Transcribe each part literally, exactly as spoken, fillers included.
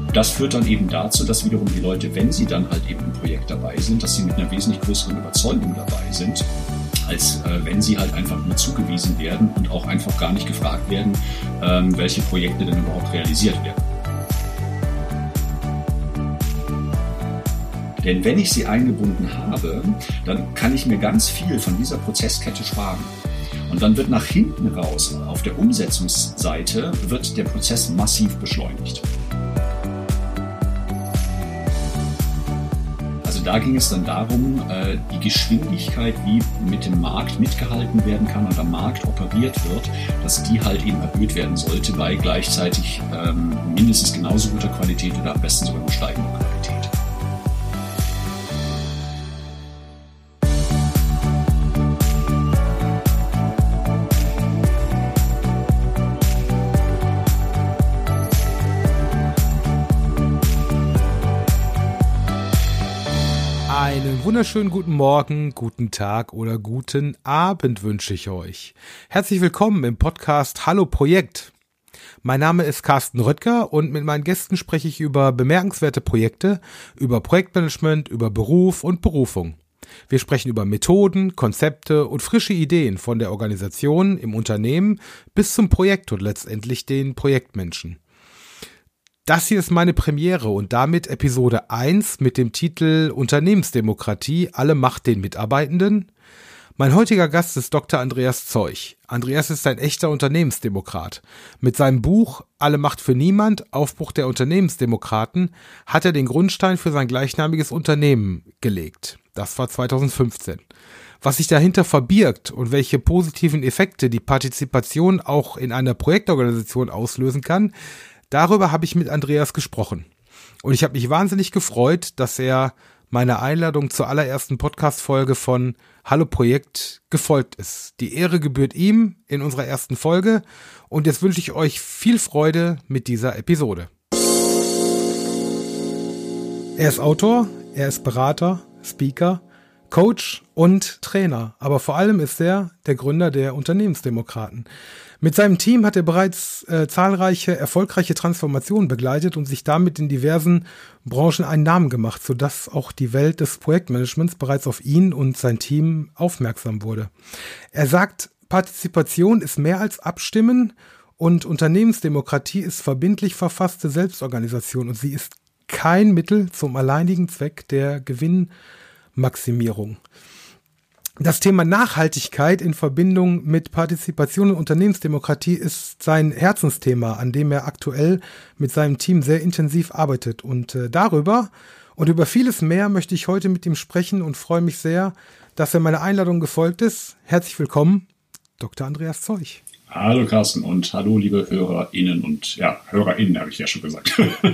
Das führt dann eben dazu, dass wiederum die Leute, wenn sie dann halt eben im Projekt dabei sind, dass sie mit einer wesentlich größeren Überzeugung dabei sind, als äh, wenn sie halt einfach nur zugewiesen werden und auch einfach gar nicht gefragt werden, ähm, welche Projekte denn überhaupt realisiert werden. Denn wenn ich sie eingebunden habe, dann kann ich mir ganz viel von dieser Prozesskette sparen. Und dann wird nach hinten raus, auf der Umsetzungsseite, wird der Prozess massiv beschleunigt. Also da ging es dann darum, die Geschwindigkeit, wie mit dem Markt mitgehalten werden kann und am Markt operiert wird, dass die halt eben erhöht werden sollte bei gleichzeitig ähm, mindestens genauso guter Qualität oder am besten sogar noch steigender Qualität. Einen wunderschönen guten Morgen, guten Tag oder guten Abend wünsche ich euch. Herzlich willkommen im Podcast Hallo Projekt. Mein Name ist Carsten Röttger und mit meinen Gästen spreche ich über bemerkenswerte Projekte, über Projektmanagement, über Beruf und Berufung. Wir sprechen über Methoden, Konzepte und frische Ideen von der Organisation im Unternehmen bis zum Projekt und letztendlich den Projektmenschen. Das hier ist meine Premiere und damit Episode eins mit dem Titel Unternehmensdemokratie, alle Macht den Mitarbeitenden. Mein heutiger Gast ist Doktor Andreas Zeuch. Andreas ist ein echter Unternehmensdemokrat. Mit seinem Buch Alle Macht für Niemand, Aufbruch der Unternehmensdemokraten hat er den Grundstein für sein gleichnamiges Unternehmen gelegt. Das war zweitausendfünfzehn. Was sich dahinter verbirgt und welche positiven Effekte die Partizipation auch in einer Projektorganisation auslösen kann, darüber habe ich mit Andreas gesprochen. Und ich habe mich wahnsinnig gefreut, dass er meiner Einladung zur allerersten Podcast-Folge von Hallo Projekt gefolgt ist. Die Ehre gebührt ihm in unserer ersten Folge und jetzt wünsche ich euch viel Freude mit dieser Episode. Er ist Autor, er ist Berater, Speaker, Coach und Trainer, aber vor allem ist er der Gründer der Unternehmensdemokraten. Mit seinem Team hat er bereits äh, zahlreiche erfolgreiche Transformationen begleitet und sich damit in diversen Branchen einen Namen gemacht, sodass auch die Welt des Projektmanagements bereits auf ihn und sein Team aufmerksam wurde. Er sagt, Partizipation ist mehr als Abstimmen und Unternehmensdemokratie ist verbindlich verfasste Selbstorganisation und sie ist kein Mittel zum alleinigen Zweck der Gewinnmaximierung. Das Thema Nachhaltigkeit in Verbindung mit Partizipation und Unternehmensdemokratie ist sein Herzensthema, an dem er aktuell mit seinem Team sehr intensiv arbeitet. Und äh, darüber und über vieles mehr möchte ich heute mit ihm sprechen und freue mich sehr, dass er meiner Einladung gefolgt ist. Herzlich willkommen, Doktor Andreas Zeuch. Hallo Carsten und hallo liebe HörerInnen und ja, HörerInnen habe ich ja schon gesagt.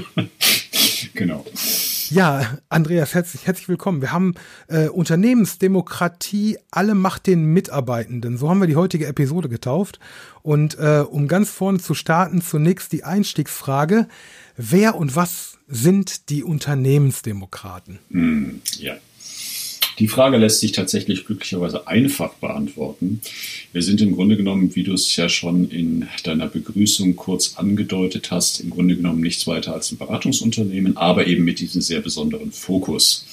Genau. Ja, Andreas, herzlich, herzlich willkommen. Wir haben äh, Unternehmensdemokratie, alle Macht den Mitarbeitenden. So haben wir die heutige Episode getauft. Und äh, um ganz vorne zu starten, zunächst die Einstiegsfrage. Wer und was sind die Unternehmensdemokraten? Mm, ja. Die Frage lässt sich tatsächlich glücklicherweise einfach beantworten. Wir sind im Grunde genommen, wie du es ja schon in deiner Begrüßung kurz angedeutet hast, im Grunde genommen nichts weiter als ein Beratungsunternehmen, aber eben mit diesem sehr besonderen Fokus.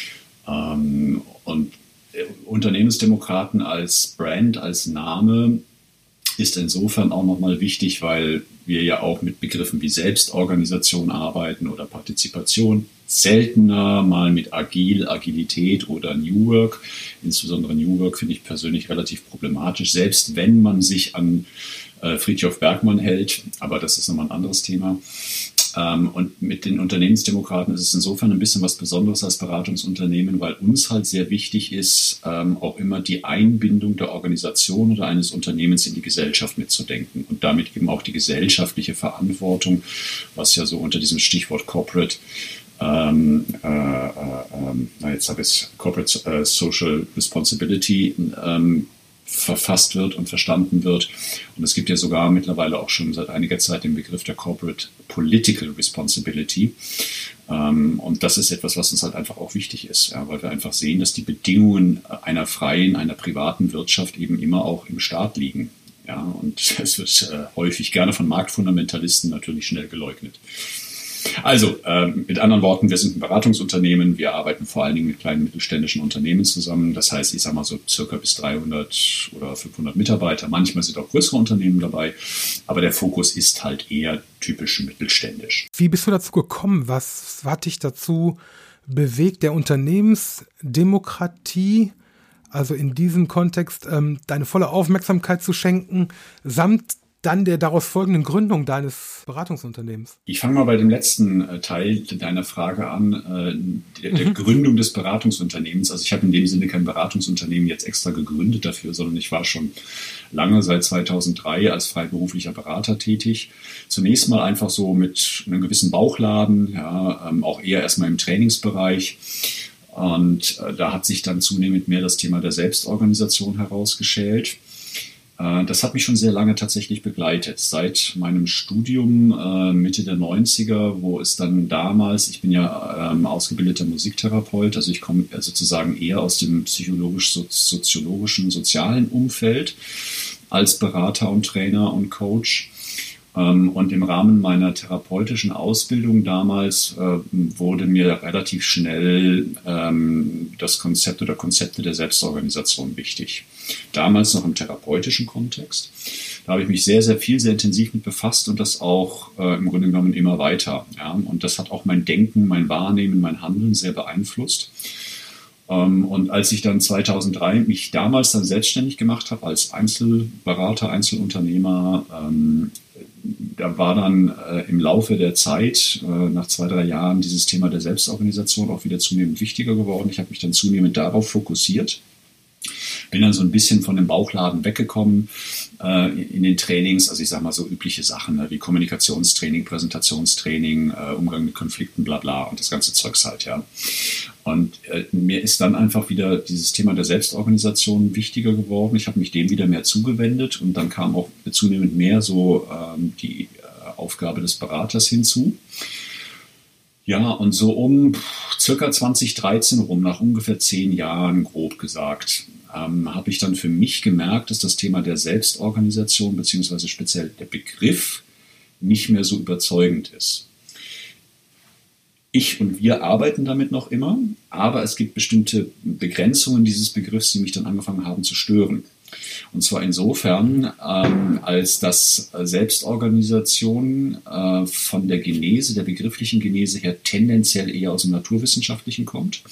Ähm, und Unternehmensdemokraten als Brand, als Name ist insofern auch nochmal wichtig, weil wir ja auch mit Begriffen wie Selbstorganisation arbeiten oder Partizipation, seltener mal mit Agil, Agilität oder New Work. Insbesondere New Work finde ich persönlich relativ problematisch, selbst wenn man sich an äh, Fridtjof Bergmann hält, aber das ist nochmal ein anderes Thema. Ähm, und mit den Unternehmensdemokraten ist es insofern ein bisschen was Besonderes als Beratungsunternehmen, weil uns halt sehr wichtig ist, ähm, auch immer die Einbindung der Organisation oder eines Unternehmens in die Gesellschaft mitzudenken und damit eben auch die gesellschaftliche Verantwortung, was ja so unter diesem Stichwort Corporate Ähm, äh, äh, na jetzt habe ich Corporate äh, Social Responsibility ähm, verfasst wird und verstanden wird. Und es gibt ja sogar mittlerweile auch schon seit einiger Zeit den Begriff der Corporate Political Responsibility. Ähm, und das ist etwas, was uns halt einfach auch wichtig ist, ja, weil wir einfach sehen, dass die Bedingungen einer freien, einer privaten Wirtschaft eben immer auch im Staat liegen. Ja, und es wird äh, häufig gerne von Marktfundamentalisten natürlich schnell geleugnet. Also ähm, mit anderen Worten, wir sind ein Beratungsunternehmen, wir arbeiten vor allen Dingen mit kleinen mittelständischen Unternehmen zusammen. Das heißt, ich sage mal so circa bis dreihundert oder fünfhundert Mitarbeiter. Manchmal sind auch größere Unternehmen dabei, aber der Fokus ist halt eher typisch mittelständisch. Wie bist du dazu gekommen? Was hat dich dazu bewegt, der Unternehmensdemokratie, also in diesem Kontext ähm, deine volle Aufmerksamkeit zu schenken, samt dann der daraus folgenden Gründung deines Beratungsunternehmens? Ich fange mal bei dem letzten äh, Teil deiner Frage an, äh, der, der mhm. Gründung des Beratungsunternehmens. Also ich habe in dem Sinne kein Beratungsunternehmen jetzt extra gegründet dafür, sondern ich war schon lange, seit zweitausenddrei, als freiberuflicher Berater tätig. Zunächst mal einfach so mit einem gewissen Bauchladen, ja, ähm, auch eher erstmal im Trainingsbereich. Und äh, da hat sich dann zunehmend mehr das Thema der Selbstorganisation herausgeschält. Das hat mich schon sehr lange tatsächlich begleitet. Seit meinem Studium äh, Mitte der neunziger, wo es dann damals, ich bin ja ähm, ausgebildeter Musiktherapeut, also ich komme sozusagen eher aus dem psychologisch-soziologischen, sozialen Umfeld als Berater und Trainer und Coach. Ähm, und im Rahmen meiner therapeutischen Ausbildung damals äh, wurde mir relativ schnell ähm, das Konzept oder Konzepte der Selbstorganisation wichtig. Damals noch im therapeutischen Kontext. Da habe ich mich sehr, sehr viel, sehr intensiv mit befasst und das auch äh, im Grunde genommen immer weiter. Ja? Und das hat auch mein Denken, mein Wahrnehmen, mein Handeln sehr beeinflusst. Ähm, und als ich dann zweitausenddrei mich damals dann selbstständig gemacht habe als Einzelberater, Einzelunternehmer, ähm, da war dann äh, im Laufe der Zeit, äh, nach zwei, drei Jahren, dieses Thema der Selbstorganisation auch wieder zunehmend wichtiger geworden. Ich habe mich dann zunehmend darauf fokussiert. Bin dann so ein bisschen von dem Bauchladen weggekommen äh, in den Trainings, also ich sage mal so übliche Sachen, ne, wie Kommunikationstraining, Präsentationstraining, äh, Umgang mit Konflikten, bla bla und das ganze Zeugs halt, ja. Und äh, mir ist dann einfach wieder dieses Thema der Selbstorganisation wichtiger geworden. Ich habe mich dem wieder mehr zugewendet und dann kam auch zunehmend mehr so ähm, die äh, Aufgabe des Beraters hinzu. Ja, und so um circa zweitausenddreizehn rum, nach ungefähr zehn Jahren, grob gesagt, ähm, habe ich dann für mich gemerkt, dass das Thema der Selbstorganisation beziehungsweise speziell der Begriff nicht mehr so überzeugend ist. Ich und wir arbeiten damit noch immer, aber es gibt bestimmte Begrenzungen dieses Begriffs, die mich dann angefangen haben zu stören. Und zwar insofern, ähm, als dass Selbstorganisation äh, von der Genese, der begrifflichen Genese her tendenziell eher aus dem Naturwissenschaftlichen kommt.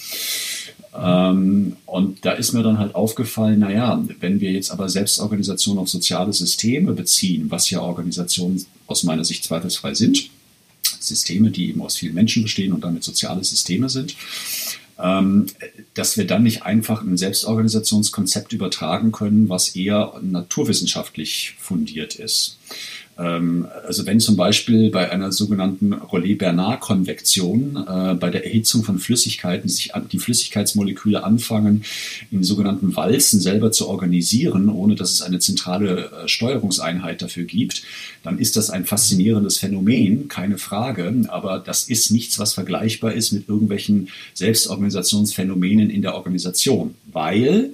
Ähm, und da ist mir dann halt aufgefallen, naja, wenn wir jetzt aber Selbstorganisation auf soziale Systeme beziehen, was ja Organisationen aus meiner Sicht zweifelsfrei sind, Systeme, die eben aus vielen Menschen bestehen und damit soziale Systeme sind, ähm, dass wir dann nicht einfach ein Selbstorganisationskonzept übertragen können, was eher naturwissenschaftlich fundiert ist. Ähm, also wenn zum Beispiel bei einer sogenannten Rollet-Bernard-Konvektion äh, bei der Erhitzung von Flüssigkeiten sich an, die Flüssigkeitsmoleküle anfangen, in sogenannten Walzen selber zu organisieren, ohne dass es eine zentrale äh, Steuerungseinheit dafür gibt, dann ist das ein faszinierendes Phänomen, keine Frage, aber das ist nichts, was vergleichbar ist mit irgendwelchen Selbstorganisationsphänomenen in der Organisation, weil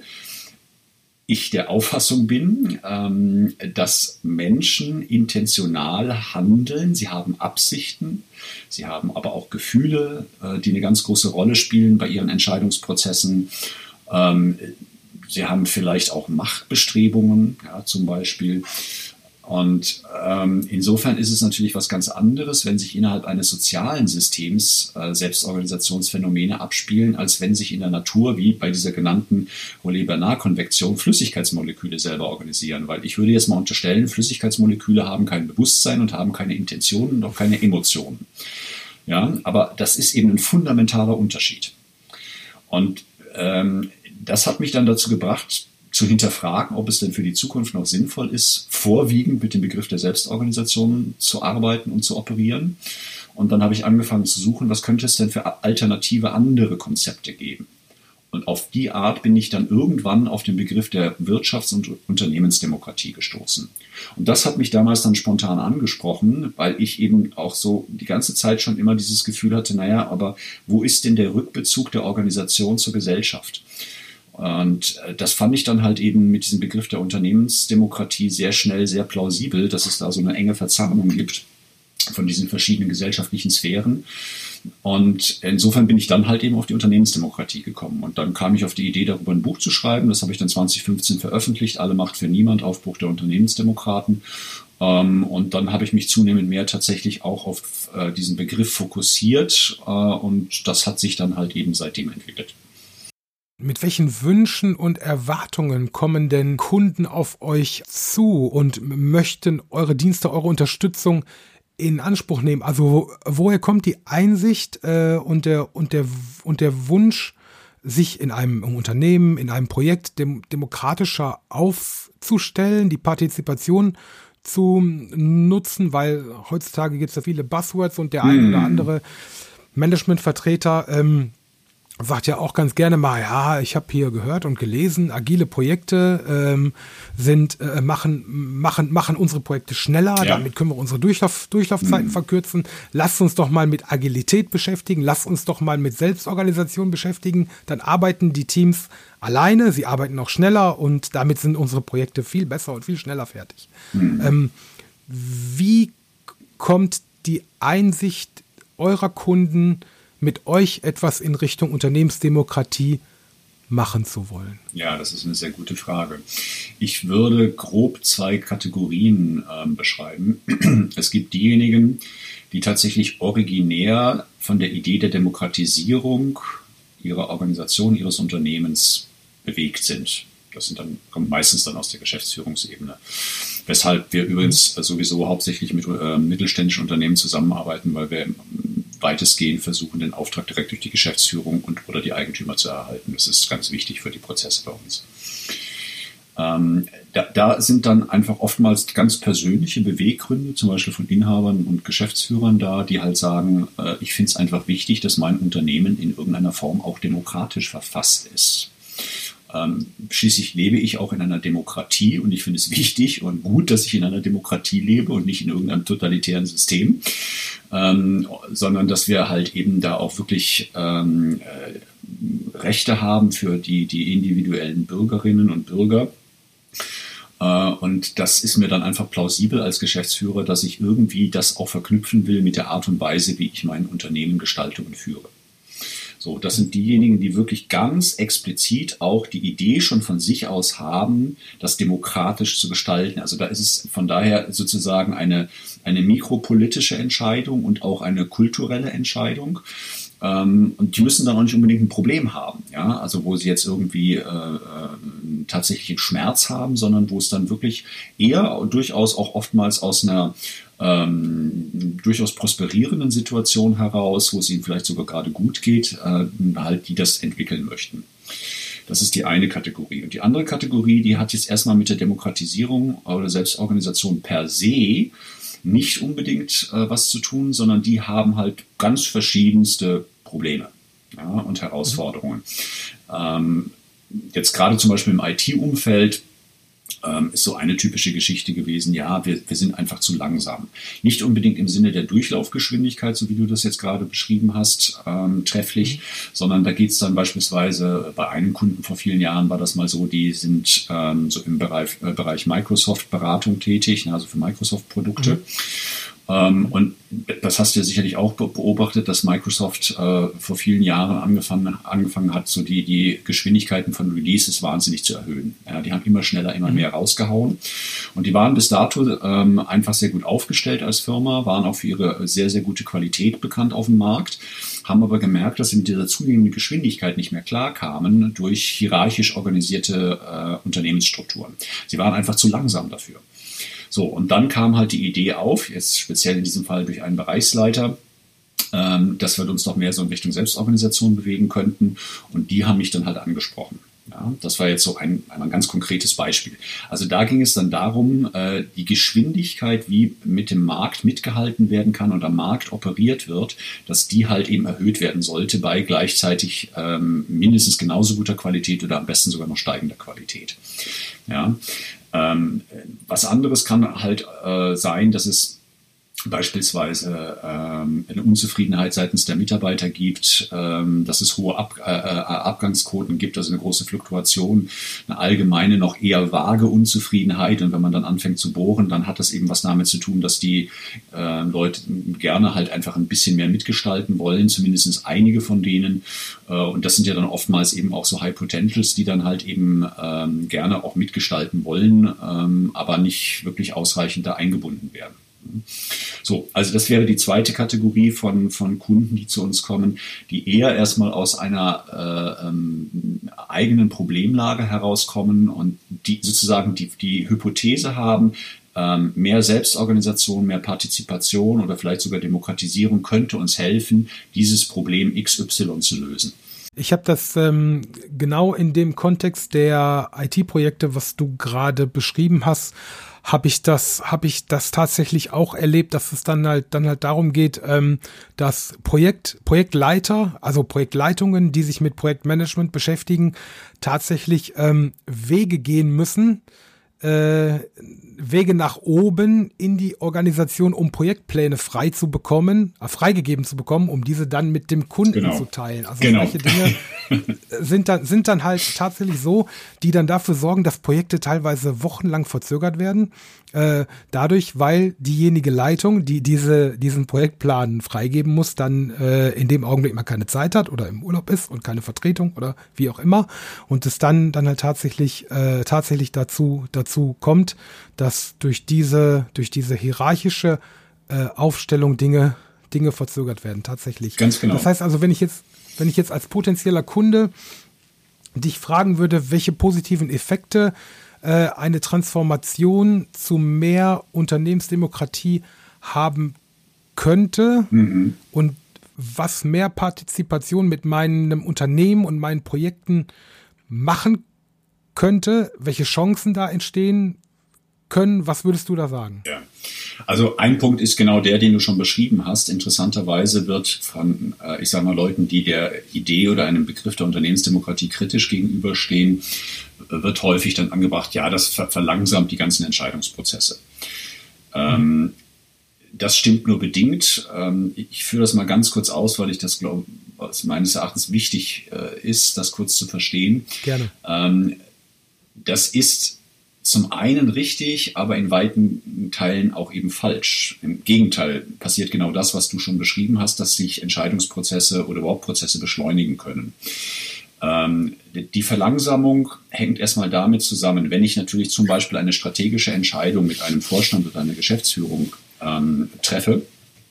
ich der Auffassung bin, ähm, dass Menschen intentional handeln. Sie haben Absichten, sie haben aber auch Gefühle, äh, die eine ganz große Rolle spielen bei ihren Entscheidungsprozessen. Ähm, sie haben vielleicht auch Machtbestrebungen, ja, zum Beispiel. Und ähm, insofern ist es natürlich was ganz anderes, wenn sich innerhalb eines sozialen Systems äh, Selbstorganisationsphänomene abspielen, als wenn sich in der Natur, wie bei dieser genannten Rollet-Bernard-Konvektion, Flüssigkeitsmoleküle selber organisieren. Weil ich würde jetzt mal unterstellen, Flüssigkeitsmoleküle haben kein Bewusstsein und haben keine Intentionen und auch keine Emotionen. Ja, aber das ist eben ein fundamentaler Unterschied. Und ähm, das hat mich dann dazu gebracht, zu hinterfragen, ob es denn für die Zukunft noch sinnvoll ist, vorwiegend mit dem Begriff der Selbstorganisation zu arbeiten und zu operieren. Und dann habe ich angefangen zu suchen, was könnte es denn für alternative andere Konzepte geben. Und auf die Art bin ich dann irgendwann auf den Begriff der Wirtschafts- und Unternehmensdemokratie gestoßen. Und das hat mich damals dann spontan angesprochen, weil ich eben auch so die ganze Zeit schon immer dieses Gefühl hatte, naja, aber wo ist denn der Rückbezug der Organisation zur Gesellschaft? Und das fand ich dann halt eben mit diesem Begriff der Unternehmensdemokratie sehr schnell, sehr plausibel, dass es da so eine enge Verzahnung gibt von diesen verschiedenen gesellschaftlichen Sphären. Und insofern bin ich dann halt eben auf die Unternehmensdemokratie gekommen. Und dann kam ich auf die Idee, darüber ein Buch zu schreiben. Das habe ich dann zwanzig fünfzehn veröffentlicht. Alle Macht für niemand, Aufbruch der Unternehmensdemokraten. Und dann habe ich mich zunehmend mehr tatsächlich auch auf diesen Begriff fokussiert. Und das hat sich dann halt eben seitdem entwickelt. Mit welchen Wünschen und Erwartungen kommen denn Kunden auf euch zu und möchten eure Dienste, eure Unterstützung in Anspruch nehmen? Also woher kommt die Einsicht äh, und, der, und, der, und der Wunsch, sich in einem Unternehmen, in einem Projekt dem, demokratischer aufzustellen, die Partizipation zu nutzen, weil heutzutage gibt es ja viele Buzzwords und der ein oder andere Managementvertreter ähm, sagt ja auch ganz gerne mal, ja, ich habe hier gehört und gelesen, agile Projekte ähm, sind äh, machen machen machen unsere Projekte schneller, ja. Damit können wir unsere Durchlauf, Durchlaufzeiten mhm. verkürzen. Lasst uns doch mal mit Agilität beschäftigen, lasst uns doch mal mit Selbstorganisation beschäftigen, dann arbeiten die Teams alleine, sie arbeiten auch schneller und damit sind unsere Projekte viel besser und viel schneller fertig. Mhm. Ähm, wie kommt die Einsicht eurer Kunden, mit euch etwas in Richtung Unternehmensdemokratie machen zu wollen? Ja, das ist eine sehr gute Frage. Ich würde grob zwei Kategorien äh, beschreiben. Es gibt diejenigen, die tatsächlich originär von der Idee der Demokratisierung ihrer Organisation, ihres Unternehmens bewegt sind. Das sind dann, kommt meistens dann aus der Geschäftsführungsebene. Weshalb wir übrigens sowieso hauptsächlich mit äh, mittelständischen Unternehmen zusammenarbeiten, weil wir weitestgehend versuchen, den Auftrag direkt durch die Geschäftsführung und oder die Eigentümer zu erhalten. Das ist ganz wichtig für die Prozesse bei uns. Ähm, da, da sind dann einfach oftmals ganz persönliche Beweggründe, zum Beispiel von Inhabern und Geschäftsführern da, die halt sagen, äh, ich finde es einfach wichtig, dass mein Unternehmen in irgendeiner Form auch demokratisch verfasst ist. Ähm, schließlich lebe ich auch in einer Demokratie und ich finde es wichtig und gut, dass ich in einer Demokratie lebe und nicht in irgendeinem totalitären System, ähm, sondern dass wir halt eben da auch wirklich ähm, äh, Rechte haben für die, die individuellen Bürgerinnen und Bürger. Äh, und das ist mir dann einfach plausibel als Geschäftsführer, dass ich irgendwie das auch verknüpfen will mit der Art und Weise, wie ich mein Unternehmen gestalte und führe. So, das sind diejenigen, die wirklich ganz explizit auch die Idee schon von sich aus haben, das demokratisch zu gestalten. Also da ist es von daher sozusagen eine, eine mikropolitische Entscheidung und auch eine kulturelle Entscheidung. Ähm, und die müssen dann auch nicht unbedingt ein Problem haben, ja, also wo sie jetzt irgendwie äh, äh, tatsächlich einen Schmerz haben, sondern wo es dann wirklich eher durchaus auch oftmals aus einer ähm, durchaus prosperierenden Situation heraus, wo es ihnen vielleicht sogar gerade gut geht, äh, halt die das entwickeln möchten. Das ist die eine Kategorie. Und die andere Kategorie, die hat jetzt erstmal mit der Demokratisierung oder Selbstorganisation per se nicht unbedingt äh, was zu tun, sondern die haben halt ganz verschiedenste Probleme, ja, und Herausforderungen. Ähm, jetzt gerade zum Beispiel im I T-Umfeld ähm, ist so eine typische Geschichte gewesen, ja, wir, wir sind einfach zu langsam. Nicht unbedingt im Sinne der Durchlaufgeschwindigkeit, so wie du das jetzt gerade beschrieben hast, ähm, trefflich, mhm. sondern da geht es dann beispielsweise, bei einem Kunden vor vielen Jahren war das mal so, die sind ähm, so im Bereich, äh, Bereich Microsoft-Beratung tätig, also für Microsoft-Produkte. Mhm. Ähm, und das hast du ja sicherlich auch beobachtet, dass Microsoft äh, vor vielen Jahren angefangen, angefangen hat, so die, die Geschwindigkeiten von Releases wahnsinnig zu erhöhen. Ja, die haben immer schneller, immer mehr rausgehauen. Und die waren bis dato ähm, einfach sehr gut aufgestellt als Firma, waren auch für ihre sehr, sehr gute Qualität bekannt auf dem Markt, haben aber gemerkt, dass sie mit dieser zunehmenden Geschwindigkeit nicht mehr klarkamen durch hierarchisch organisierte äh, Unternehmensstrukturen. Sie waren einfach zu langsam dafür. So, und dann kam halt die Idee auf, jetzt speziell in diesem Fall durch einen Bereichsleiter, ähm, dass wir uns doch mehr so in Richtung Selbstorganisation bewegen könnten. Und die haben mich dann halt angesprochen. Ja, das war jetzt so ein, ein ganz konkretes Beispiel. Also da ging es dann darum, äh, die Geschwindigkeit, wie mit dem Markt mitgehalten werden kann und am Markt operiert wird, dass die halt eben erhöht werden sollte bei gleichzeitig ähm, mindestens genauso guter Qualität oder am besten sogar noch steigender Qualität. Ja. Ähm, was anderes kann halt äh, sein, dass es beispielsweise ähm, eine Unzufriedenheit seitens der Mitarbeiter gibt, ähm, dass es hohe Ab äh, Abgangsquoten gibt, also eine große Fluktuation, eine allgemeine noch eher vage Unzufriedenheit. Und wenn man dann anfängt zu bohren, dann hat das eben was damit zu tun, dass die äh, Leute gerne halt einfach ein bisschen mehr mitgestalten wollen, zumindest einige von denen. Äh, und das sind ja dann oftmals eben auch so High Potentials, die dann halt eben ähm, gerne auch mitgestalten wollen, ähm, aber nicht wirklich ausreichend da eingebunden werden. So, also das wäre die zweite Kategorie von, von Kunden, die zu uns kommen, die eher erstmal aus einer äh, ähm, eigenen Problemlage herauskommen und die sozusagen die, die Hypothese haben, ähm, mehr Selbstorganisation, mehr Partizipation oder vielleicht sogar Demokratisierung könnte uns helfen, dieses Problem X Y zu lösen. Ich habe das ähm, genau in dem Kontext der I T-Projekte, was du gerade beschrieben hast, habe ich das, habe ich das tatsächlich auch erlebt, dass es dann halt, dann halt darum geht, ähm, dass Projekt, Projektleiter, also Projektleitungen, die sich mit Projektmanagement beschäftigen, tatsächlich ähm, Wege gehen müssen, äh, Wege nach oben in die Organisation, um Projektpläne frei zu bekommen, äh, freigegeben zu bekommen, um diese dann mit dem Kunden genau. zu teilen. Also genau. solche Dinge sind dann, sind dann halt tatsächlich so, die dann dafür sorgen, dass Projekte teilweise wochenlang verzögert werden. Äh, dadurch, weil diejenige Leitung, die diese, diesen Projektplan freigeben muss, dann äh, in dem Augenblick mal keine Zeit hat oder im Urlaub ist und keine Vertretung oder wie auch immer. Und es dann, dann halt tatsächlich, äh, tatsächlich dazu, dazu kommt, dass durch diese, durch diese hierarchische äh, Aufstellung Dinge, Dinge verzögert werden, tatsächlich. Ganz genau. Das heißt also, wenn ich jetzt, wenn ich jetzt als potenzieller Kunde dich fragen würde, welche positiven Effekte äh, eine Transformation zu mehr Unternehmensdemokratie haben könnte mhm. und was mehr Partizipation mit meinem Unternehmen und meinen Projekten machen könnte, welche Chancen da entstehen können, was würdest du da sagen? Ja. Also ein Punkt ist genau der, den du schon beschrieben hast. Interessanterweise wird von, äh, ich sage mal, Leuten, die der Idee oder einem Begriff der Unternehmensdemokratie kritisch gegenüberstehen, wird häufig dann angebracht, ja, das ver- verlangsamt die ganzen Entscheidungsprozesse. Ähm, mhm. Das stimmt nur bedingt. Ähm, ich führe das mal ganz kurz aus, weil ich das glaube, was meines Erachtens wichtig äh, ist, das kurz zu verstehen. Gerne. Ähm, das ist zum einen richtig, aber in weiten Teilen auch eben falsch. Im Gegenteil passiert genau das, was du schon beschrieben hast, dass sich Entscheidungsprozesse oder überhaupt Prozesse beschleunigen können. Ähm, die Verlangsamung hängt erstmal damit zusammen, wenn ich natürlich zum Beispiel eine strategische Entscheidung mit einem Vorstand oder einer Geschäftsführung ähm, treffe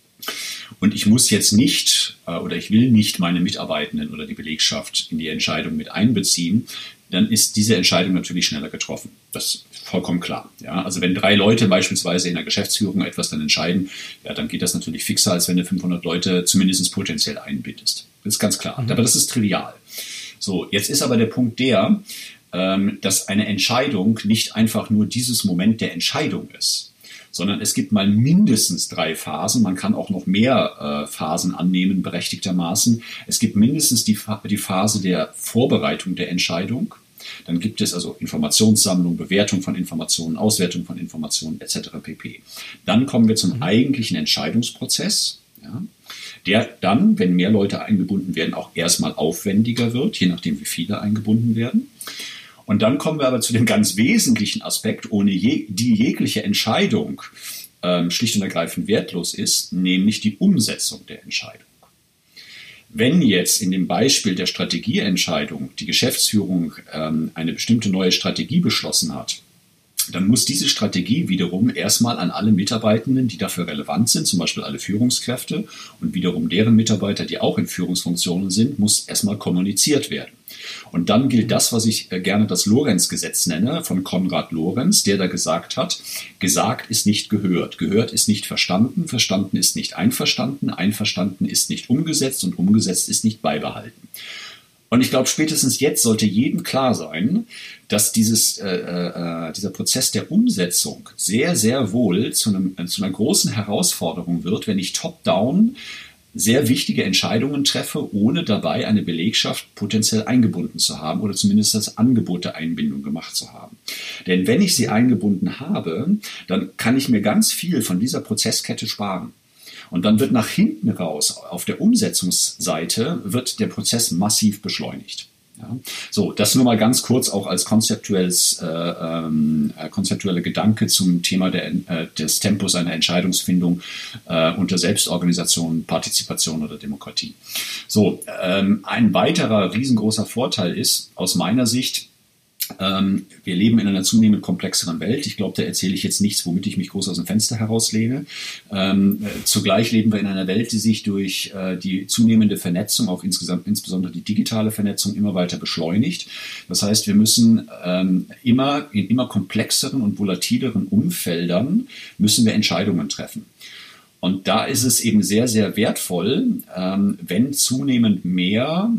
und ich muss jetzt nicht äh, oder ich will nicht meine Mitarbeitenden oder die Belegschaft in die Entscheidung mit einbeziehen, dann ist diese Entscheidung natürlich schneller getroffen. Das ist vollkommen klar. Ja, also wenn drei Leute beispielsweise in der Geschäftsführung etwas dann entscheiden, ja, dann geht das natürlich fixer, als wenn du fünfhundert Leute zumindest potenziell einbindest. Das ist ganz klar. Mhm. Aber das ist trivial. So, jetzt ist aber der Punkt der, ähm, dass eine Entscheidung nicht einfach nur dieses Moment der Entscheidung ist, sondern es gibt mal mindestens drei Phasen. Man kann auch noch mehr äh, Phasen annehmen, berechtigtermaßen. Es gibt mindestens die, die Phase der Vorbereitung der Entscheidung. Dann gibt es also Informationssammlung, Bewertung von Informationen, Auswertung von Informationen et cetera pp. Dann kommen wir zum mhm. eigentlichen Entscheidungsprozess, ja, der dann, wenn mehr Leute eingebunden werden, auch erstmal aufwendiger wird, je nachdem, wie viele eingebunden werden. Und dann kommen wir aber zu dem ganz wesentlichen Aspekt, ohne je, die jegliche Entscheidung ähm, schlicht und ergreifend wertlos ist, nämlich die Umsetzung der Entscheidung. Wenn jetzt in dem Beispiel der Strategieentscheidung die Geschäftsführung ähm, eine bestimmte neue Strategie beschlossen hat, dann muss diese Strategie wiederum erstmal an alle Mitarbeitenden, die dafür relevant sind, zum Beispiel alle Führungskräfte und wiederum deren Mitarbeiter, die auch in Führungsfunktionen sind, muss erstmal kommuniziert werden. Und dann gilt das, was ich gerne das Lorenz-Gesetz nenne, von Konrad Lorenz, der da gesagt hat, gesagt ist nicht gehört, gehört ist nicht verstanden, verstanden ist nicht einverstanden, einverstanden ist nicht umgesetzt und umgesetzt ist nicht beibehalten. Und ich glaube, spätestens jetzt sollte jedem klar sein, dass dieses, äh, äh, dieser Prozess der Umsetzung sehr, sehr wohl zu, einem, zu einer großen Herausforderung wird, wenn ich top-down sehr wichtige Entscheidungen treffe, ohne dabei eine Belegschaft potenziell eingebunden zu haben oder zumindest das Angebot der Einbindung gemacht zu haben. Denn wenn ich sie eingebunden habe, dann kann ich mir ganz viel von dieser Prozesskette sparen. Und dann wird nach hinten raus, auf der Umsetzungsseite, wird der Prozess massiv beschleunigt. Ja, so, das nur mal ganz kurz auch als konzeptuelles, äh, äh, konzeptueller Gedanke zum Thema der, äh, des Tempos einer Entscheidungsfindung äh, unter Selbstorganisation, Partizipation oder Demokratie. So, ähm, ein weiterer riesengroßer Vorteil ist aus meiner Sicht, Ähm, wir leben in einer zunehmend komplexeren Welt. Ich glaube, da erzähle ich jetzt nichts, womit ich mich groß aus dem Fenster herauslehne. Ähm, äh, zugleich leben wir in einer Welt, die sich durch äh, die zunehmende Vernetzung, auch insgesamt insbesondere die digitale Vernetzung, immer weiter beschleunigt. Das heißt, wir müssen ähm, immer in immer komplexeren und volatileren Umfeldern müssen wir Entscheidungen treffen. Und da ist es eben sehr, sehr wertvoll, ähm, wenn zunehmend mehr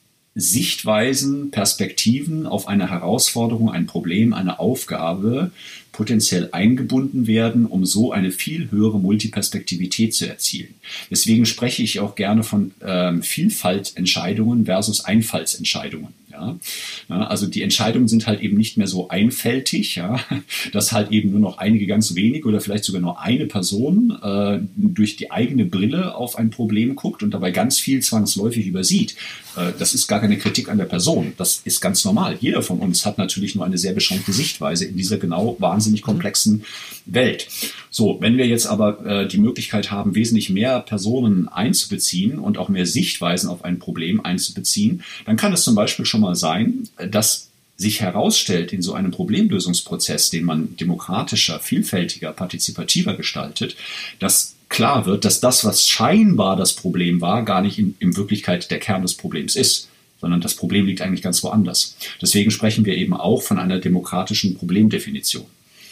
Sichtweisen, Perspektiven auf eine Herausforderung, ein Problem, eine Aufgabe potenziell eingebunden werden, um so eine viel höhere Multiperspektivität zu erzielen. Deswegen spreche ich auch gerne von ähm, Vielfaltentscheidungen versus Einfallsentscheidungen. Ja? Ja, also die Entscheidungen sind halt eben nicht mehr so einfältig, ja? Dass halt eben nur noch einige ganz wenig oder vielleicht sogar nur eine Person äh, durch die eigene Brille auf ein Problem guckt und dabei ganz viel zwangsläufig übersieht. Äh, das ist gar keine Kritik an der Person. Das ist ganz normal. Jeder von uns hat natürlich nur eine sehr beschränkte Sichtweise in dieser genau wahnsinnig komplexen Welt. So, wenn wir jetzt aber äh, die Möglichkeit haben, wesentlich mehr Personen einzubeziehen und auch mehr Sichtweisen auf ein Problem einzubeziehen, dann kann es zum Beispiel schon mal sein, dass sich herausstellt in so einem Problemlösungsprozess, den man demokratischer, vielfältiger, partizipativer gestaltet, dass klar wird, dass das, was scheinbar das Problem war, gar nicht in, in Wirklichkeit der Kern des Problems ist, sondern das Problem liegt eigentlich ganz woanders. Deswegen sprechen wir eben auch von einer demokratischen Problemdefinition.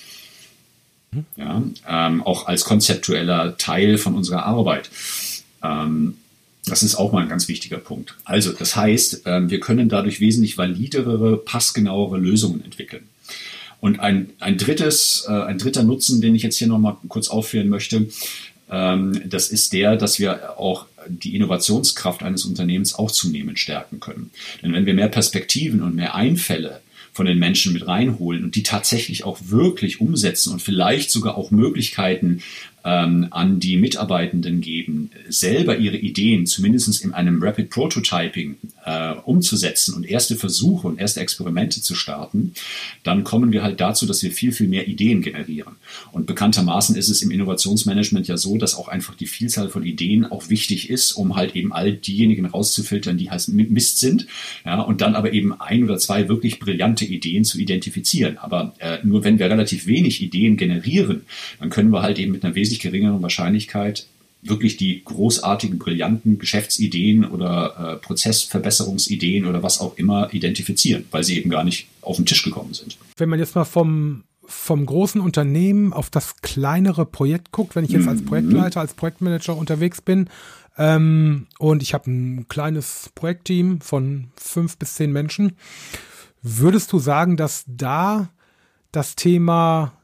Ja, ähm, auch als konzeptueller Teil von unserer Arbeit. Ähm, Das ist auch mal ein ganz wichtiger Punkt. Also das heißt, wir können dadurch wesentlich validere, passgenauere Lösungen entwickeln. Und ein, ein, drittes, ein dritter Nutzen, den ich jetzt hier nochmal kurz aufführen möchte, das ist der, dass wir auch die Innovationskraft eines Unternehmens auch zunehmend stärken können. Denn wenn wir mehr Perspektiven und mehr Einfälle von den Menschen mit reinholen und die tatsächlich auch wirklich umsetzen und vielleicht sogar auch Möglichkeiten ähm, an die Mitarbeitenden geben, selber ihre Ideen zumindest in einem Rapid Prototyping äh, umzusetzen und erste Versuche und erste Experimente zu starten, dann kommen wir halt dazu, dass wir viel, viel mehr Ideen generieren. Und bekanntermaßen ist es im Innovationsmanagement ja so, dass auch einfach die Vielzahl von Ideen auch wichtig ist, um halt eben all diejenigen rauszufiltern, die halt Mist sind, ja, und dann aber eben ein oder zwei wirklich brillante Ideen zu identifizieren. Aber äh, nur wenn wir relativ wenig Ideen generieren, dann können wir halt eben mit einer wesentlich geringeren Wahrscheinlichkeit wirklich die großartigen, brillanten Geschäftsideen oder äh, Prozessverbesserungsideen oder was auch immer identifizieren, weil sie eben gar nicht auf den Tisch gekommen sind. Wenn man jetzt mal vom, vom großen Unternehmen auf das kleinere Projekt guckt, wenn ich jetzt als Projektleiter, als Projektmanager unterwegs bin, ähm, und ich habe ein kleines Projektteam von fünf bis zehn Menschen, würdest du sagen, dass da das Thema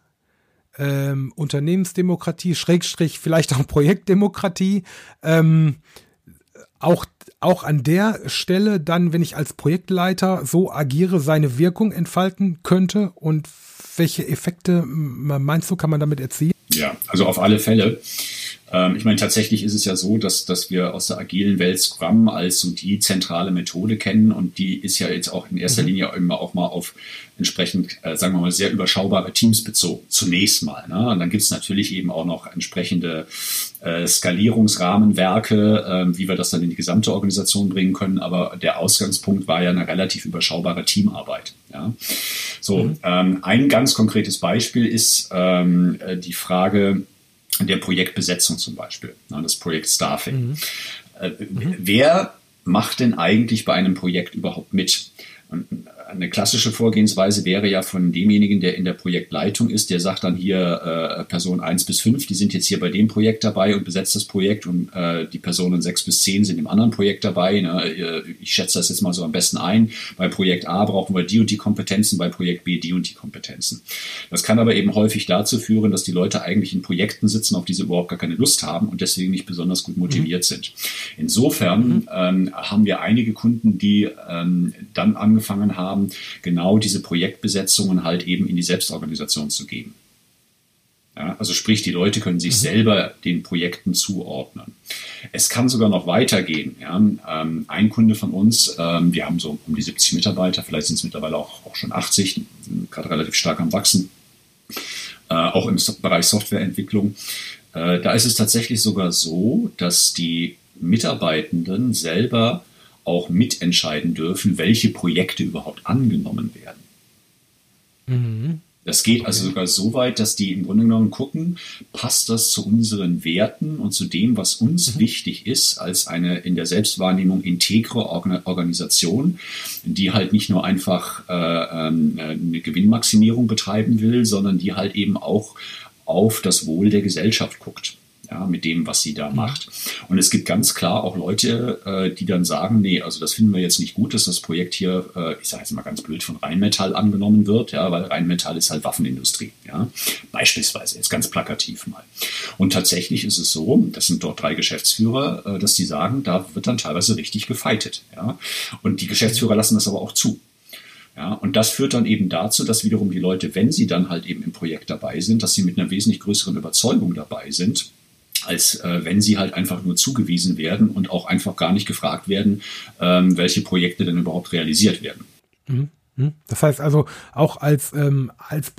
ähm, Unternehmensdemokratie, Schrägstrich vielleicht auch Projektdemokratie, ähm, auch, auch an der Stelle dann, wenn ich als Projektleiter so agiere, seine Wirkung entfalten könnte? Und welche Effekte, meinst du, kann man damit erzielen? Ja, also auf alle Fälle. Ich meine, tatsächlich ist es ja so, dass, dass wir aus der agilen Welt Scrum als so die zentrale Methode kennen und die ist ja jetzt auch in erster mhm. Linie immer auch mal auf entsprechend, äh, sagen wir mal, sehr überschaubare Teams bezogen, zunächst mal. Ne? Und dann gibt es natürlich eben auch noch entsprechende äh, Skalierungsrahmenwerke, äh, wie wir das dann in die gesamte Organisation bringen können, aber der Ausgangspunkt war ja eine relativ überschaubare Teamarbeit. Ja? So, mhm. ähm, ein ganz konkretes Beispiel ist ähm, die Frage der Projektbesetzung zum Beispiel, das Projekt Staffing. Mhm. Mhm. Wer macht denn eigentlich bei einem Projekt überhaupt mit? eine klassische Vorgehensweise wäre ja von demjenigen, der in der Projektleitung ist, der sagt dann hier äh, Person eins bis fünf, die sind jetzt hier bei dem Projekt dabei und besetzt das Projekt und äh, die Personen sechs bis zehn sind im anderen Projekt dabei. Ne? Ich schätze das jetzt mal so am besten ein. Bei Projekt A brauchen wir die und die Kompetenzen, bei Projekt B die und die Kompetenzen. Das kann aber eben häufig dazu führen, dass die Leute eigentlich in Projekten sitzen, auf die sie überhaupt gar keine Lust haben und deswegen nicht besonders gut motiviert mhm. sind. Insofern mhm. ähm, haben wir einige Kunden, die ähm, dann angefangen haben, genau diese Projektbesetzungen halt eben in die Selbstorganisation zu geben. Ja, also sprich, die Leute können sich mhm. selber den Projekten zuordnen. Es kann sogar noch weitergehen. Ja. Ähm, ein Kunde von uns, ähm, wir haben so um die siebzig Mitarbeiter, vielleicht sind es mittlerweile auch, auch schon achtzig, gerade relativ stark am Wachsen, äh, auch im Bereich Softwareentwicklung. Äh, da ist es tatsächlich sogar so, dass die Mitarbeitenden selber auch mitentscheiden dürfen, welche Projekte überhaupt angenommen werden. Mhm. Das geht also sogar so weit, dass die im Grunde genommen gucken, passt das zu unseren Werten und zu dem, was uns mhm. wichtig ist, als eine in der Selbstwahrnehmung integre Organisation, die halt nicht nur einfach äh, eine Gewinnmaximierung betreiben will, sondern die halt eben auch auf das Wohl der Gesellschaft guckt. Ja, mit dem, was sie da macht. Und es gibt ganz klar auch Leute, äh, die dann sagen, nee, also das finden wir jetzt nicht gut, dass das Projekt hier, äh, ich sage jetzt mal ganz blöd, von Rheinmetall angenommen wird, ja, weil Rheinmetall ist halt Waffenindustrie, ja, beispielsweise, jetzt ganz plakativ mal. Und tatsächlich ist es so, das sind dort drei Geschäftsführer, äh, dass die sagen, da wird dann teilweise richtig gefeitet, ja. Und die Geschäftsführer lassen das aber auch zu. Ja, und das führt dann eben dazu, dass wiederum die Leute, wenn sie dann halt eben im Projekt dabei sind, dass sie mit einer wesentlich größeren Überzeugung dabei sind, als äh, wenn sie halt einfach nur zugewiesen werden und auch einfach gar nicht gefragt werden, ähm, welche Projekte denn überhaupt realisiert werden. Das heißt also auch als, ähm, als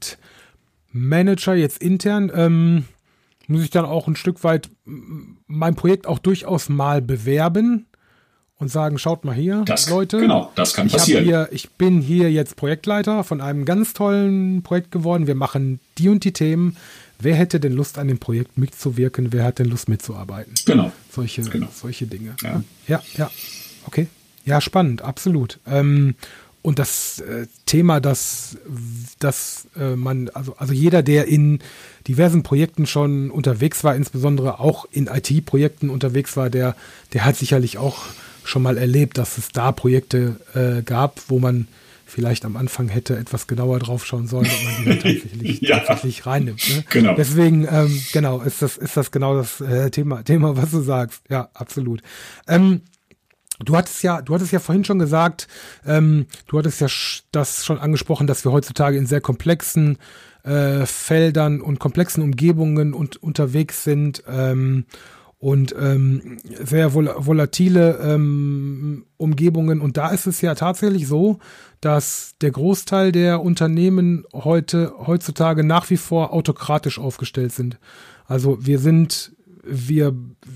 Projektmanager jetzt intern ähm, muss ich dann auch ein Stück weit mein Projekt auch durchaus mal bewerben und sagen, schaut mal hier, das, Leute. Genau, das kann ich passieren. Hier, ich bin hier jetzt Projektleiter von einem ganz tollen Projekt geworden. Wir machen die und die Themen. Wer hätte denn Lust, an dem Projekt mitzuwirken? Wer hat denn Lust, mitzuarbeiten? Genau. Solche, genau. solche Dinge. Ja. ja, ja. Okay. Ja, spannend, absolut. Ähm, und das äh, Thema, dass, dass äh, man, also, also jeder, der in diversen Projekten schon unterwegs war, insbesondere auch in I T-Projekten unterwegs war, der, der hat sicherlich auch schon mal erlebt, dass es da Projekte äh, gab, wo man vielleicht am Anfang hätte etwas genauer drauf schauen sollen, ob man die dann tatsächlich, ja. tatsächlich reinnimmt. Ne? Genau. Deswegen, ähm, genau, ist das, ist das genau das äh, Thema, Thema, was du sagst. Ja, absolut. Ähm, du hattest ja, du hattest ja vorhin schon gesagt, ähm, du hattest ja sch- das schon angesprochen, dass wir heutzutage in sehr komplexen äh, Feldern und komplexen Umgebungen und, unterwegs sind, ähm, und ähm, sehr vol- volatile ähm, Umgebungen. Und da ist es ja tatsächlich so, dass der Großteil der Unternehmen heute heutzutage nach wie vor autokratisch aufgestellt sind. Also wir sind, wir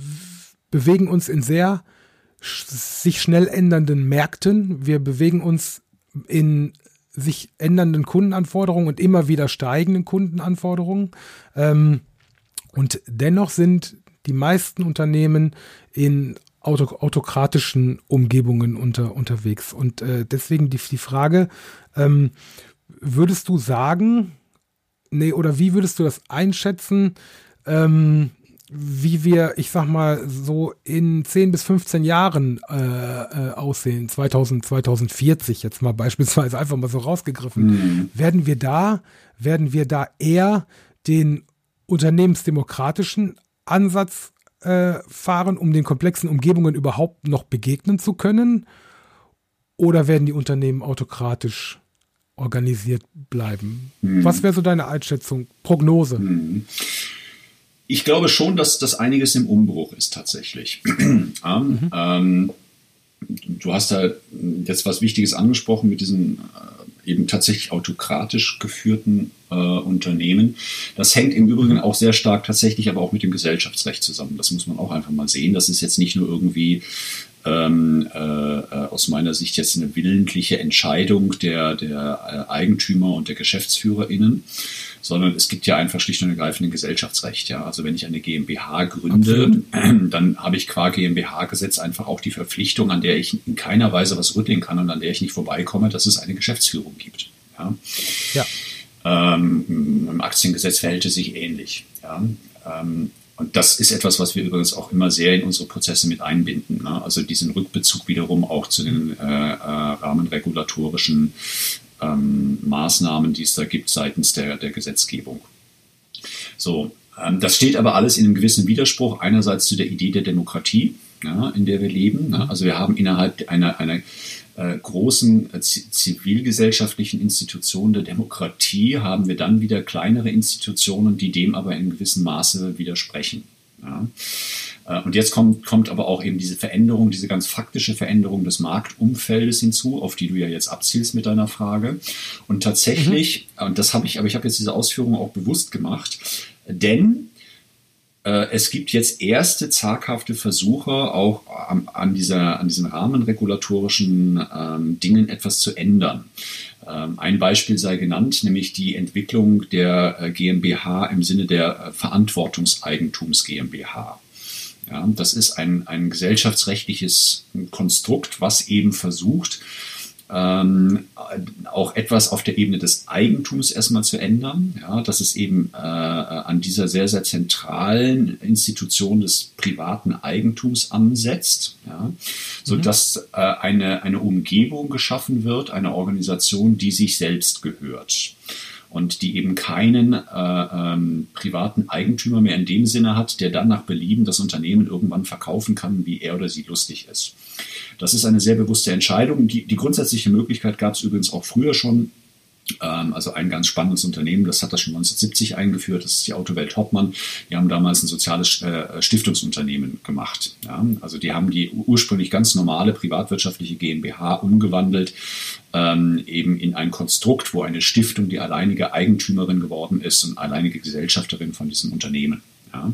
bewegen uns in sehr sch- sich schnell ändernden Märkten. Wir bewegen uns in sich ändernden Kundenanforderungen und immer wieder steigenden Kundenanforderungen. Ähm, und dennoch sind die meisten Unternehmen in auto, autokratischen Umgebungen unter, unterwegs. Und äh, deswegen die, die Frage, ähm, würdest du sagen, nee, oder wie würdest du das einschätzen, ähm, wie wir, ich sag mal, so in zehn bis fünfzehn Jahren äh, äh, aussehen, zweitausend, zweitausendvierzig jetzt mal beispielsweise einfach mal so rausgegriffen, mhm. werden wir da, werden wir da eher den unternehmensdemokratischen Ansatz äh, fahren, um den komplexen Umgebungen überhaupt noch begegnen zu können? Oder werden die Unternehmen autokratisch organisiert bleiben? Hm. Was wäre so deine Einschätzung, Prognose? Hm. Ich glaube schon, dass das einiges im Umbruch ist tatsächlich. ähm, mhm. ähm, du hast da jetzt was Wichtiges angesprochen mit diesen äh, eben tatsächlich autokratisch geführten äh, Unternehmen. Das hängt im Übrigen auch sehr stark tatsächlich aber auch mit dem Gesellschaftsrecht zusammen. Das muss man auch einfach mal sehen. Das ist jetzt nicht nur irgendwie ähm, äh, aus meiner Sicht jetzt eine willentliche Entscheidung der, der Eigentümer und der GeschäftsführerInnen, sondern es gibt ja einfach schlicht und ergreifend ein Gesellschaftsrecht. Ja? Also wenn ich eine GmbH gründe, Absolut. dann habe ich qua GmbH-Gesetz einfach auch die Verpflichtung, an der ich in keiner Weise was rütteln kann und an der ich nicht vorbeikomme, dass es eine Geschäftsführung gibt. Ja. ja. Ähm, Im Aktiengesetz verhält es sich ähnlich. Ja. Ähm, und das ist etwas, was wir übrigens auch immer sehr in unsere Prozesse mit einbinden. Ne? Also diesen Rückbezug wiederum auch zu den äh, äh, rahmenregulatorischen ähm, Maßnahmen, die es da gibt seitens der, der Gesetzgebung. So, ähm, das steht aber alles in einem gewissen Widerspruch einerseits zu der Idee der Demokratie, ja, in der wir leben. Ne? Also wir haben innerhalb einer, einer äh, großen äh, zivilgesellschaftlichen Institution der Demokratie haben wir dann wieder kleinere Institutionen, die dem aber in gewissem Maße widersprechen. Ja. Äh, und jetzt kommt, kommt aber auch eben diese Veränderung, diese ganz faktische Veränderung des Marktumfeldes hinzu, auf die du ja jetzt abzielst mit deiner Frage. Und tatsächlich, mhm. und das habe ich, aber ich habe jetzt diese Ausführung auch bewusst gemacht, denn es gibt jetzt erste zaghafte Versuche, auch an, an, dieser, an diesen rahmenregulatorischen ähm, Dingen etwas zu ändern. Ähm, ein Beispiel sei genannt, nämlich die Entwicklung der äh, GmbH im Sinne der äh, Verantwortungseigentums GmbH. Ja, das ist ein, ein gesellschaftsrechtliches Konstrukt, was eben versucht, Ähm, auch etwas auf der Ebene des Eigentums erstmal zu ändern, ja, dass es eben äh, an dieser sehr, sehr zentralen Institution des privaten Eigentums ansetzt, ja, sodass äh, eine, eine Umgebung geschaffen wird, eine Organisation, die sich selbst gehört und die eben keinen äh, ähm, privaten Eigentümer mehr in dem Sinne hat, der dann nach Belieben das Unternehmen irgendwann verkaufen kann, wie er oder sie lustig ist. Das ist eine sehr bewusste Entscheidung. Die, die grundsätzliche Möglichkeit gab es übrigens auch früher schon. Ähm, also ein ganz spannendes Unternehmen, das hat das schon neunzehnhundertsiebzig eingeführt, das ist die Autowelt Hoppmann. Die haben damals ein soziales äh, Stiftungsunternehmen gemacht. Ja? Also die haben die ursprünglich ganz normale privatwirtschaftliche GmbH umgewandelt, ähm, eben in ein Konstrukt, wo eine Stiftung die alleinige Eigentümerin geworden ist und alleinige Gesellschafterin von diesem Unternehmen. Ja?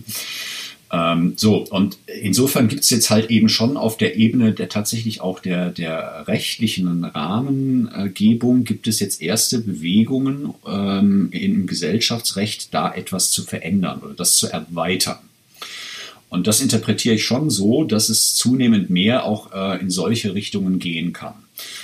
Ähm, so, und insofern gibt es jetzt halt eben schon auf der Ebene der tatsächlich auch der, der rechtlichen Rahmengebung gibt es jetzt erste Bewegungen ähm, im Gesellschaftsrecht, da etwas zu verändern oder das zu erweitern. Und das interpretiere ich schon so, dass es zunehmend mehr auch äh, in solche Richtungen gehen kann.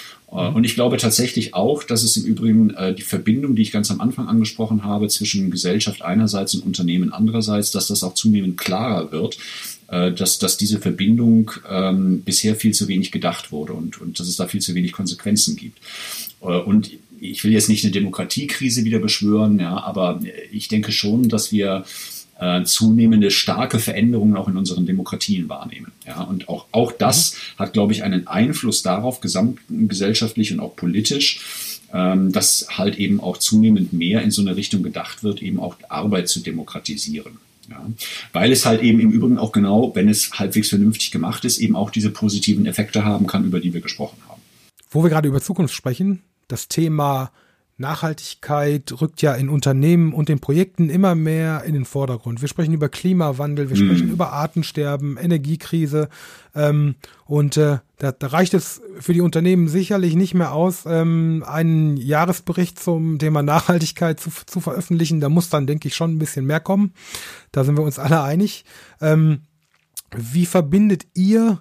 Und ich glaube tatsächlich auch, dass es im Übrigen äh, die Verbindung, die ich ganz am Anfang angesprochen habe, zwischen Gesellschaft einerseits und Unternehmen andererseits, dass das auch zunehmend klarer wird, äh, dass, dass diese Verbindung ähm, bisher viel zu wenig gedacht wurde und, und dass es da viel zu wenig Konsequenzen gibt. Äh, und ich will jetzt nicht eine Demokratiekrise wieder beschwören, ja, aber ich denke schon, dass wir Äh, zunehmende starke Veränderungen auch in unseren Demokratien wahrnehmen. Ja, und auch, auch das hat, glaube ich, einen Einfluss darauf, gesamtgesellschaftlich und auch politisch, ähm, dass halt eben auch zunehmend mehr in so eine Richtung gedacht wird, eben auch Arbeit zu demokratisieren. Ja, weil es halt eben im Übrigen auch genau, wenn es halbwegs vernünftig gemacht ist, eben auch diese positiven Effekte haben kann, über die wir gesprochen haben. Wo wir gerade über Zukunft sprechen, das Thema Nachhaltigkeit rückt ja in Unternehmen und den Projekten immer mehr in den Vordergrund. Wir sprechen über Klimawandel, wir mm. sprechen über Artensterben, Energiekrise ähm, und äh, da, da reicht es für die Unternehmen sicherlich nicht mehr aus, ähm, einen Jahresbericht zum Thema Nachhaltigkeit zu, zu veröffentlichen. Da muss dann, denke ich, schon ein bisschen mehr kommen. Da sind wir uns alle einig. Ähm, wie verbindet ihr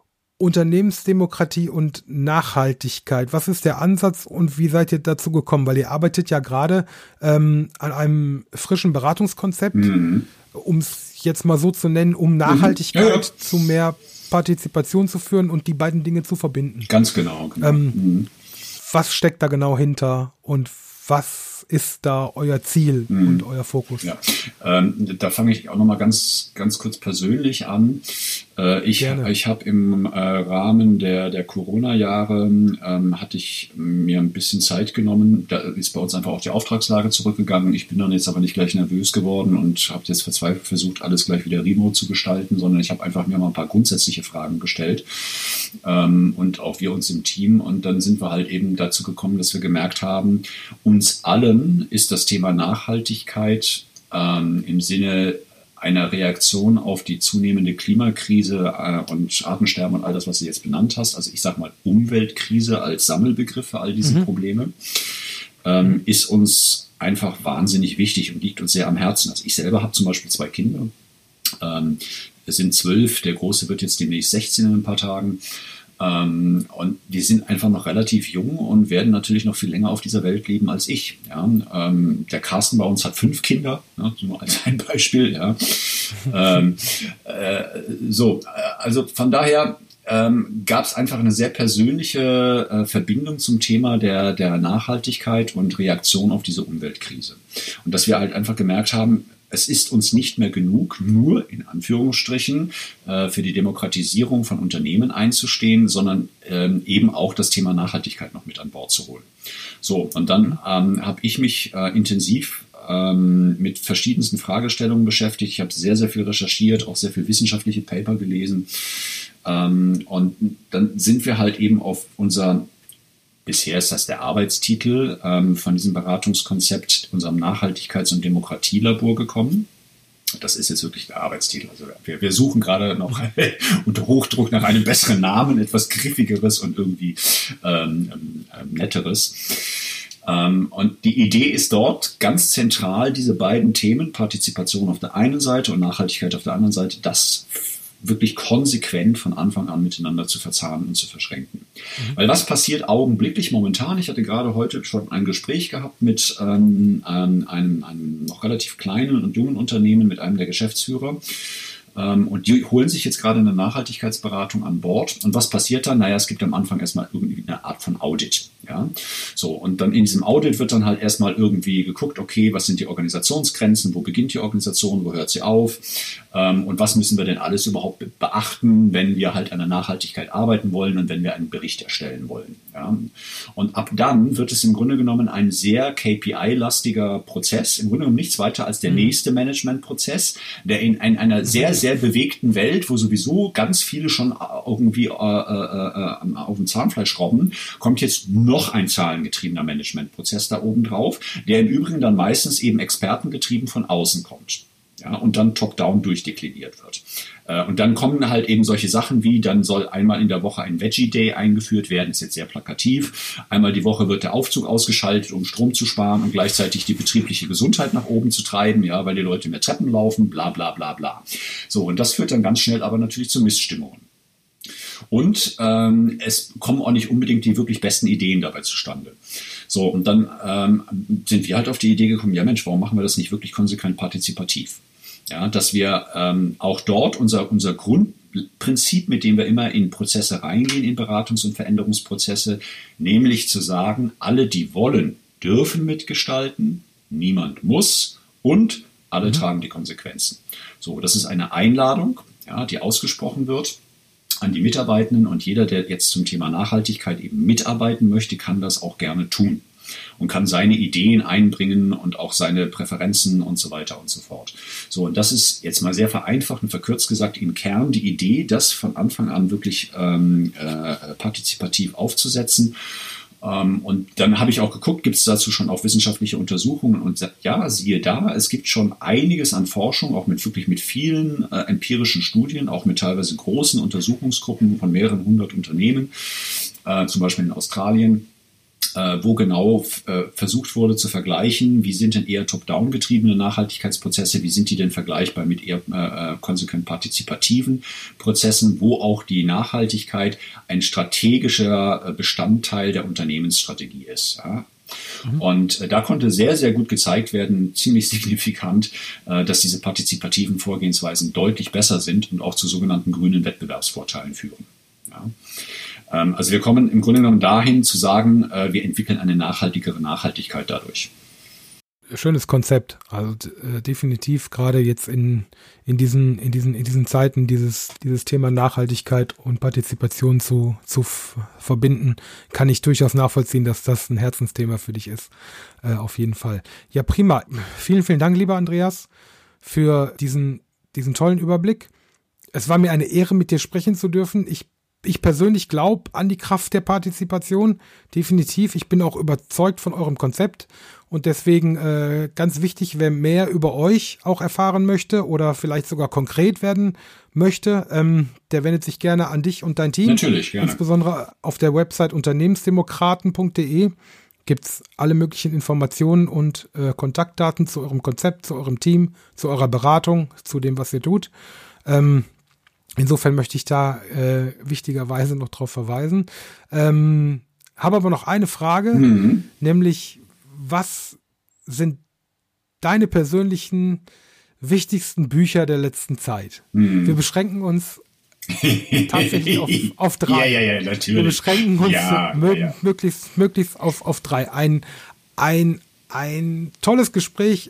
Unternehmensdemokratie und Nachhaltigkeit? Was ist der Ansatz und wie seid ihr dazu gekommen? Weil ihr arbeitet ja gerade ähm, an einem frischen Beratungskonzept, mhm. um es jetzt mal so zu nennen, um Nachhaltigkeit mhm. ja, ja. zu mehr Partizipation zu führen und die beiden Dinge zu verbinden. Ganz genau. genau. Ähm, mhm. Was steckt da genau hinter und was ist da euer Ziel mhm. und euer Fokus? Ja, ähm, da fange ich auch nochmal ganz, ganz kurz persönlich an. Äh, ich ich habe im äh, Rahmen der, der Corona-Jahre ähm, hatte ich mir ein bisschen Zeit genommen. Da ist bei uns einfach auch die Auftragslage zurückgegangen. Ich bin dann jetzt aber nicht gleich nervös geworden und habe jetzt verzweifelt versucht, alles gleich wieder remote zu gestalten, sondern ich habe einfach mir mal ein paar grundsätzliche Fragen gestellt ähm, und auch wir uns im Team. Und dann sind wir halt eben dazu gekommen, dass wir gemerkt haben, uns allen ist das Thema Nachhaltigkeit ähm, im Sinne einer Reaktion auf die zunehmende Klimakrise äh, und Artensterben und all das, was du jetzt benannt hast, also ich sage mal Umweltkrise als Sammelbegriff für all diese mhm. Probleme, ähm, ist uns einfach wahnsinnig wichtig und liegt uns sehr am Herzen. Also ich selber habe zum Beispiel zwei Kinder, ähm, es sind zwölf, der Große wird jetzt demnächst sechzehn in ein paar Tagen. Ähm, und die sind einfach noch relativ jung und werden natürlich noch viel länger auf dieser Welt leben als ich. Ja? Ähm, der Carsten bei uns hat fünf Kinder, ja, nur als ein Beispiel. Ja? ähm, äh, so, also von daher ähm, gab es einfach eine sehr persönliche äh, Verbindung zum Thema der, der Nachhaltigkeit und Reaktion auf diese Umweltkrise. Und dass wir halt einfach gemerkt haben, es ist uns nicht mehr genug, nur in Anführungsstrichen äh, für die Demokratisierung von Unternehmen einzustehen, sondern ähm, eben auch das Thema Nachhaltigkeit noch mit an Bord zu holen. So, und dann ähm, habe ich mich äh, intensiv ähm, mit verschiedensten Fragestellungen beschäftigt. Ich habe sehr, sehr viel recherchiert, auch sehr viel wissenschaftliche Paper gelesen. Ähm, und dann sind wir halt eben auf unser Bisher ist das der Arbeitstitel ähm, von diesem Beratungskonzept, unserem Nachhaltigkeits- und Demokratielabor gekommen. Das ist jetzt wirklich der Arbeitstitel. Also wir, wir suchen gerade noch unter Hochdruck nach einem besseren Namen, etwas griffigeres und irgendwie ähm, ähm, netteres. Ähm, und die Idee ist dort ganz zentral, diese beiden Themen, Partizipation auf der einen Seite und Nachhaltigkeit auf der anderen Seite, das wirklich konsequent von Anfang an miteinander zu verzahnen und zu verschränken. Mhm. Weil was passiert augenblicklich momentan? Ich hatte gerade heute schon ein Gespräch gehabt mit ähm, einem, einem noch relativ kleinen und jungen Unternehmen, mit einem der Geschäftsführer. Ähm, und die holen sich jetzt gerade eine Nachhaltigkeitsberatung an Bord. Und was passiert dann? Naja, es gibt am Anfang erstmal irgendwie eine Art von Audit. Ja? So, und dann in diesem Audit wird dann halt erstmal irgendwie geguckt, okay, was sind die Organisationsgrenzen, wo beginnt die Organisation, wo hört sie auf ähm, und was müssen wir denn alles überhaupt beachten, wenn wir halt an der Nachhaltigkeit arbeiten wollen und wenn wir einen Bericht erstellen wollen. Ja? Und ab dann wird es im Grunde genommen ein sehr K P I-lastiger Prozess, im Grunde genommen nichts weiter als der mhm. nächste Managementprozess, der in, in einer sehr, sehr bewegten Welt, wo sowieso ganz viele schon irgendwie äh, äh, äh, auf dem Zahnfleisch robben, kommt jetzt noch noch ein zahlengetriebener Managementprozess da oben drauf, der im Übrigen dann meistens eben expertengetrieben von außen kommt. Ja, und dann top-down durchdekliniert wird. Äh, und dann kommen halt eben solche Sachen wie, dann soll einmal in der Woche ein Veggie Day eingeführt werden, ist jetzt sehr plakativ. Einmal die Woche wird der Aufzug ausgeschaltet, um Strom zu sparen und gleichzeitig die betriebliche Gesundheit nach oben zu treiben, ja, weil die Leute mehr Treppen laufen, bla bla bla bla. So, und das führt dann ganz schnell aber natürlich zu Missstimmungen. Und ähm, es kommen auch nicht unbedingt die wirklich besten Ideen dabei zustande. So, und dann ähm, sind wir halt auf die Idee gekommen, ja Mensch, warum machen wir das nicht wirklich konsequent partizipativ? Ja, dass wir ähm, auch dort unser, unser Grundprinzip, mit dem wir immer in Prozesse reingehen, in Beratungs- und Veränderungsprozesse, nämlich zu sagen, alle, die wollen, dürfen mitgestalten, niemand muss und alle mhm. tragen die Konsequenzen. So, das ist eine Einladung, ja, die ausgesprochen wird an die Mitarbeitenden, und jeder, der jetzt zum Thema Nachhaltigkeit eben mitarbeiten möchte, kann das auch gerne tun und kann seine Ideen einbringen und auch seine Präferenzen und so weiter und so fort. So, und das ist jetzt mal sehr vereinfacht und verkürzt gesagt im Kern die Idee, das von Anfang an wirklich ähm, äh, partizipativ aufzusetzen. Und dann habe ich auch geguckt, gibt es dazu schon auch wissenschaftliche Untersuchungen, und ja, siehe da, es gibt schon einiges an Forschung, auch mit wirklich mit vielen äh, empirischen Studien, auch mit teilweise großen Untersuchungsgruppen von mehreren hundert Unternehmen, äh, zum Beispiel in Australien, äh, wo genau äh, versucht wurde zu vergleichen, wie sind denn eher top-down getriebene Nachhaltigkeitsprozesse, wie sind die denn vergleichbar mit eher äh, konsequent partizipativen Prozessen, wo auch die Nachhaltigkeit ein strategischer Bestandteil der Unternehmensstrategie ist. Ja? Mhm. Und äh, da konnte sehr, sehr gut gezeigt werden, ziemlich signifikant, äh, dass diese partizipativen Vorgehensweisen deutlich besser sind und auch zu sogenannten grünen Wettbewerbsvorteilen führen. Ja? Also wir kommen im Grunde genommen dahin zu sagen, wir entwickeln eine nachhaltigere Nachhaltigkeit dadurch. Schönes Konzept. Also äh, definitiv gerade jetzt in, in, diesen, in, diesen, in diesen Zeiten dieses, dieses Thema Nachhaltigkeit und Partizipation zu, zu f- verbinden, kann ich durchaus nachvollziehen, dass das ein Herzensthema für dich ist. Äh, auf jeden Fall. Ja, prima. Vielen, vielen Dank, lieber Andreas, für diesen, diesen tollen Überblick. Es war mir eine Ehre, mit dir sprechen zu dürfen. Ich ich persönlich glaube an die Kraft der Partizipation, definitiv. Ich bin auch überzeugt von eurem Konzept und deswegen äh, ganz wichtig, wer mehr über euch auch erfahren möchte oder vielleicht sogar konkret werden möchte, ähm, der wendet sich gerne an dich und dein Team. Natürlich, gerne. Insbesondere auf der Website unternehmensdemokraten punkt de gibt's alle möglichen Informationen und äh, Kontaktdaten zu eurem Konzept, zu eurem Team, zu eurer Beratung, zu dem, was ihr tut. Ähm, insofern möchte ich da äh, wichtigerweise noch drauf verweisen. Ähm, habe aber noch eine Frage, mhm. nämlich, was sind deine persönlichen wichtigsten Bücher der letzten Zeit? Mhm. Wir beschränken uns tatsächlich auf, auf drei. Ja, ja, ja, natürlich. Wir beschränken uns ja, mö- ja. möglichst, möglichst auf, auf drei. Ein, ein, ein tolles Gespräch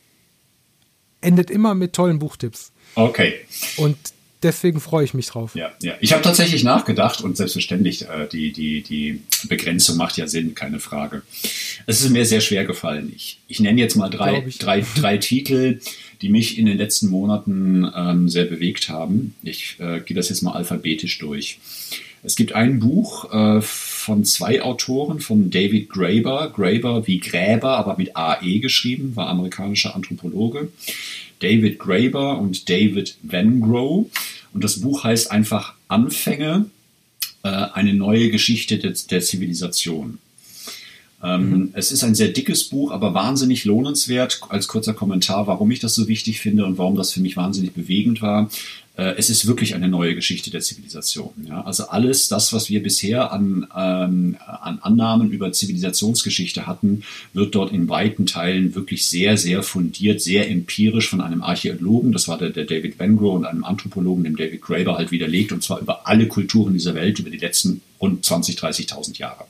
endet immer mit tollen Buchtipps. Okay. Und deswegen freue ich mich drauf. Ja, ja. Ich habe tatsächlich nachgedacht und selbstverständlich, äh, die, die, die Begrenzung macht ja Sinn, keine Frage. Es ist mir sehr schwer gefallen. Ich, ich nenne jetzt mal drei, drei, drei Titel, die mich in den letzten Monaten ähm, sehr bewegt haben. Ich äh, gehe das jetzt mal alphabetisch durch. Es gibt ein Buch äh, von zwei Autoren, von David Graeber. Graeber wie Gräber, aber mit A E geschrieben, war amerikanischer Anthropologe. David Graeber und David Wengrow. Und das Buch heißt einfach Anfänge, äh, eine neue Geschichte der, der Zivilisation. Ähm, mhm. Es ist ein sehr dickes Buch, aber wahnsinnig lohnenswert. Als kurzer Kommentar, warum ich das so wichtig finde und warum das für mich wahnsinnig bewegend war. Äh, es ist wirklich eine neue Geschichte der Zivilisation. Ja? Also alles das, was wir bisher an, ähm, an Annahmen über Zivilisationsgeschichte hatten, wird dort in weiten Teilen wirklich sehr, sehr fundiert, sehr empirisch von einem Archäologen, das war der, der David Wengrow, und einem Anthropologen, dem David Graeber, halt widerlegt, und zwar über alle Kulturen dieser Welt, über die letzten rund zwanzig, dreißigtausend Jahre.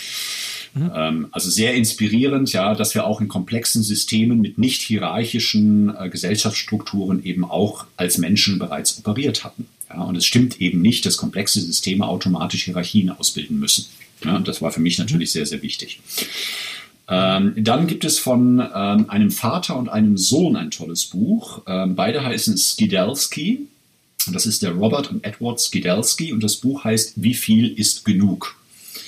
Mhm. Also sehr inspirierend, ja, dass wir auch in komplexen Systemen mit nicht hierarchischen äh, Gesellschaftsstrukturen eben auch als Menschen bereits operiert hatten. Ja, und es stimmt eben nicht, dass komplexe Systeme automatisch Hierarchien ausbilden müssen. Ja, das war für mich natürlich sehr, sehr wichtig. Ähm, dann gibt es von ähm, einem Vater und einem Sohn ein tolles Buch. Ähm, beide heißen Skidelsky. Das ist der Robert und Edward Skidelsky, und das Buch heißt Wie viel ist genug?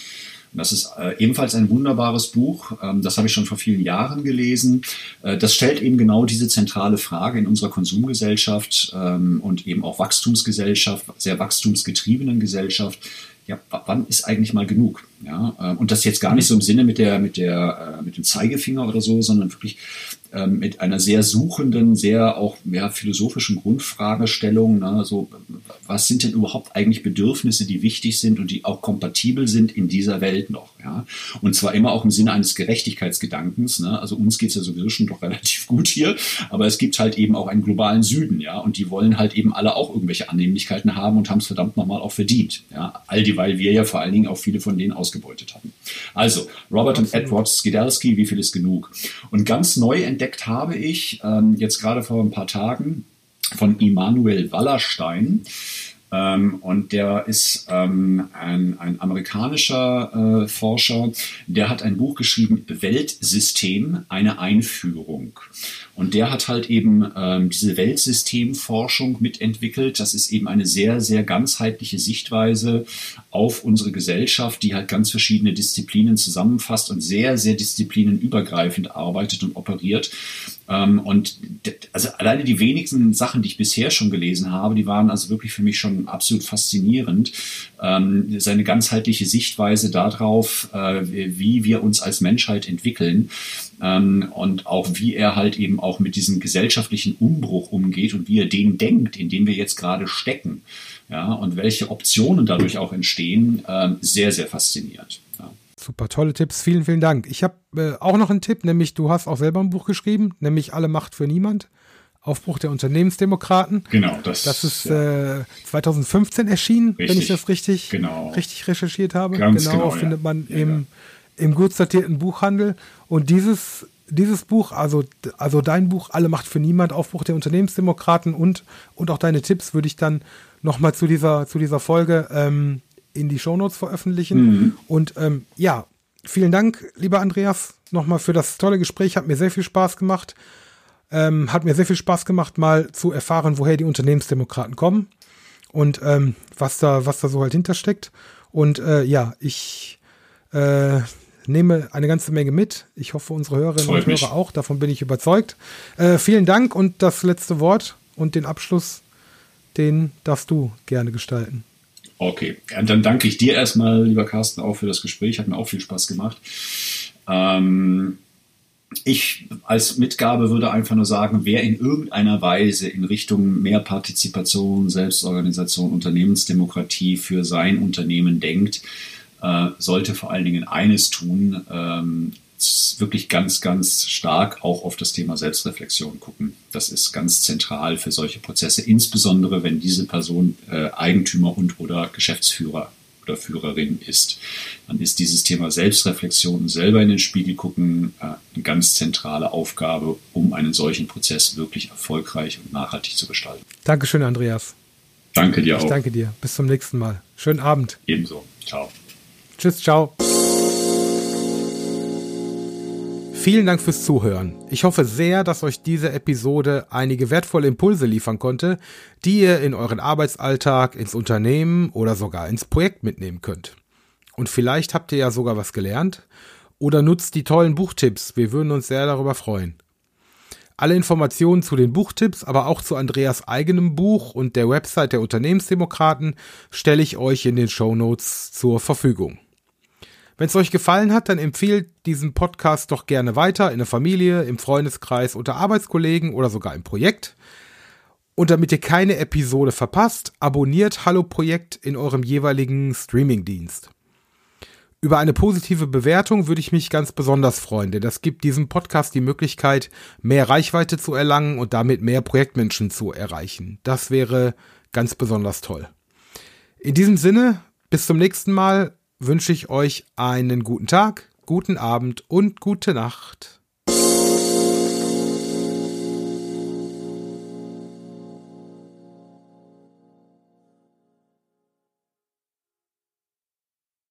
Das ist äh, ebenfalls ein wunderbares Buch. Ähm, das habe ich schon vor vielen Jahren gelesen. Äh, das stellt eben genau diese zentrale Frage in unserer Konsumgesellschaft ähm, und eben auch Wachstumsgesellschaft, sehr wachstumsgetriebenen Gesellschaft. Ja, wann ist eigentlich mal genug? Ja, äh, und das jetzt gar nicht so im Sinne mit der, mit der, äh, mit dem Zeigefinger oder so, sondern wirklich äh, mit einer sehr suchenden, sehr auch ja, philosophischen Grundfragestellung. Ne? So, was sind denn überhaupt eigentlich Bedürfnisse, die wichtig sind und die auch kompatibel sind in dieser Welt noch? Ja? Und zwar immer auch im Sinne eines Gerechtigkeitsgedankens. Ne? Also uns geht es ja sowieso schon doch relativ gut hier, aber es gibt halt eben auch einen globalen Süden, ja, und die wollen halt eben alle auch irgendwelche Annehmlichkeiten haben und haben es verdammt nochmal auch verdient. Ja? All die, weil wir ja vor allen Dingen auch viele von denen ausgebeutet hatten. Also, Robert und Edward Skidelsky, wie viel ist genug? Und ganz neu entdeckt habe ich, ähm, jetzt gerade vor ein paar Tagen, von Immanuel Wallerstein. Ähm, und der ist ähm, ein, ein amerikanischer äh, Forscher, der hat ein Buch geschrieben, Weltsystem, eine Einführung. Und der hat halt eben ähm, diese Weltsystemforschung mitentwickelt. Das ist eben eine sehr, sehr ganzheitliche Sichtweise auf unsere Gesellschaft, die halt ganz verschiedene Disziplinen zusammenfasst und sehr, sehr disziplinenübergreifend arbeitet und operiert. Ähm, und also alleine die wenigsten Sachen, die ich bisher schon gelesen habe, die waren also wirklich für mich schon absolut faszinierend. Ähm, seine ganzheitliche Sichtweise darauf, äh, wie wir uns als Menschheit entwickeln. Ähm, und auch wie er halt eben auch mit diesem gesellschaftlichen Umbruch umgeht und wie er den denkt, in dem wir jetzt gerade stecken. Ja, und welche Optionen dadurch auch entstehen, äh, sehr, sehr faszinierend. Ja. Super, tolle Tipps. Vielen, vielen Dank. Ich habe äh, auch noch einen Tipp, nämlich du hast auch selber ein Buch geschrieben, nämlich Alle Macht für Niemand. Aufbruch der Unternehmensdemokraten. Genau, das, das ist ja. äh, zwanzig fünfzehn erschienen, richtig, wenn ich das richtig, genau. richtig recherchiert habe. Ganz genau, genau, findet ja. man ja, im, ja. im gut sortierten Buchhandel. Und dieses, dieses Buch, also, also dein Buch, Alle Macht für Niemand, Aufbruch der Unternehmensdemokraten und, und auch deine Tipps würde ich dann nochmal zu dieser, zu dieser Folge ähm, in die Shownotes veröffentlichen. Mhm. Und ähm, ja, vielen Dank, lieber Andreas, nochmal für das tolle Gespräch. Hat mir sehr viel Spaß gemacht. Ähm, hat mir sehr viel Spaß gemacht, mal zu erfahren, woher die Unternehmensdemokraten kommen und ähm, was da, was da so halt hintersteckt. Und äh, ja, ich äh, nehme eine ganze Menge mit. Ich hoffe, unsere Hörerinnen Freut und mich. Hörer auch. Davon bin ich überzeugt. Äh, vielen Dank und das letzte Wort und den Abschluss, den darfst du gerne gestalten. Okay, ja, dann danke ich dir erstmal, lieber Carsten, auch für das Gespräch. Hat mir auch viel Spaß gemacht. Ähm, ich als Mitgabe würde einfach nur sagen, wer in irgendeiner Weise in Richtung mehr Partizipation, Selbstorganisation, Unternehmensdemokratie für sein Unternehmen denkt, äh, sollte vor allen Dingen eines tun, ähm, wirklich ganz, ganz stark auch auf das Thema Selbstreflexion gucken. Das ist ganz zentral für solche Prozesse, insbesondere wenn diese Person äh, Eigentümer und oder Geschäftsführer oder Führerin ist. Dann ist dieses Thema Selbstreflexion und selber in den Spiegel gucken äh, eine ganz zentrale Aufgabe, um einen solchen Prozess wirklich erfolgreich und nachhaltig zu gestalten. Dankeschön, Andreas. Danke dir Ich auch. danke dir. Bis zum nächsten Mal. Schönen Abend. Ebenso. Ciao. Tschüss, ciao. Vielen Dank fürs Zuhören. Ich hoffe sehr, dass euch diese Episode einige wertvolle Impulse liefern konnte, die ihr in euren Arbeitsalltag, ins Unternehmen oder sogar ins Projekt mitnehmen könnt. Und vielleicht habt ihr ja sogar was gelernt oder nutzt die tollen Buchtipps. Wir würden uns sehr darüber freuen. Alle Informationen zu den Buchtipps, aber auch zu Andreas eigenem Buch und der Website der Unternehmensdemokraten stelle ich euch in den Shownotes zur Verfügung. Wenn es euch gefallen hat, dann empfehlt diesen Podcast doch gerne weiter in der Familie, im Freundeskreis, unter Arbeitskollegen oder sogar im Projekt. Und damit ihr keine Episode verpasst, abonniert Hallo Projekt in eurem jeweiligen Streamingdienst. Über eine positive Bewertung würde ich mich ganz besonders freuen, denn das gibt diesem Podcast die Möglichkeit, mehr Reichweite zu erlangen und damit mehr Projektmenschen zu erreichen. Das wäre ganz besonders toll. In diesem Sinne, bis zum nächsten Mal. Wünsche ich euch einen guten Tag, guten Abend und gute Nacht.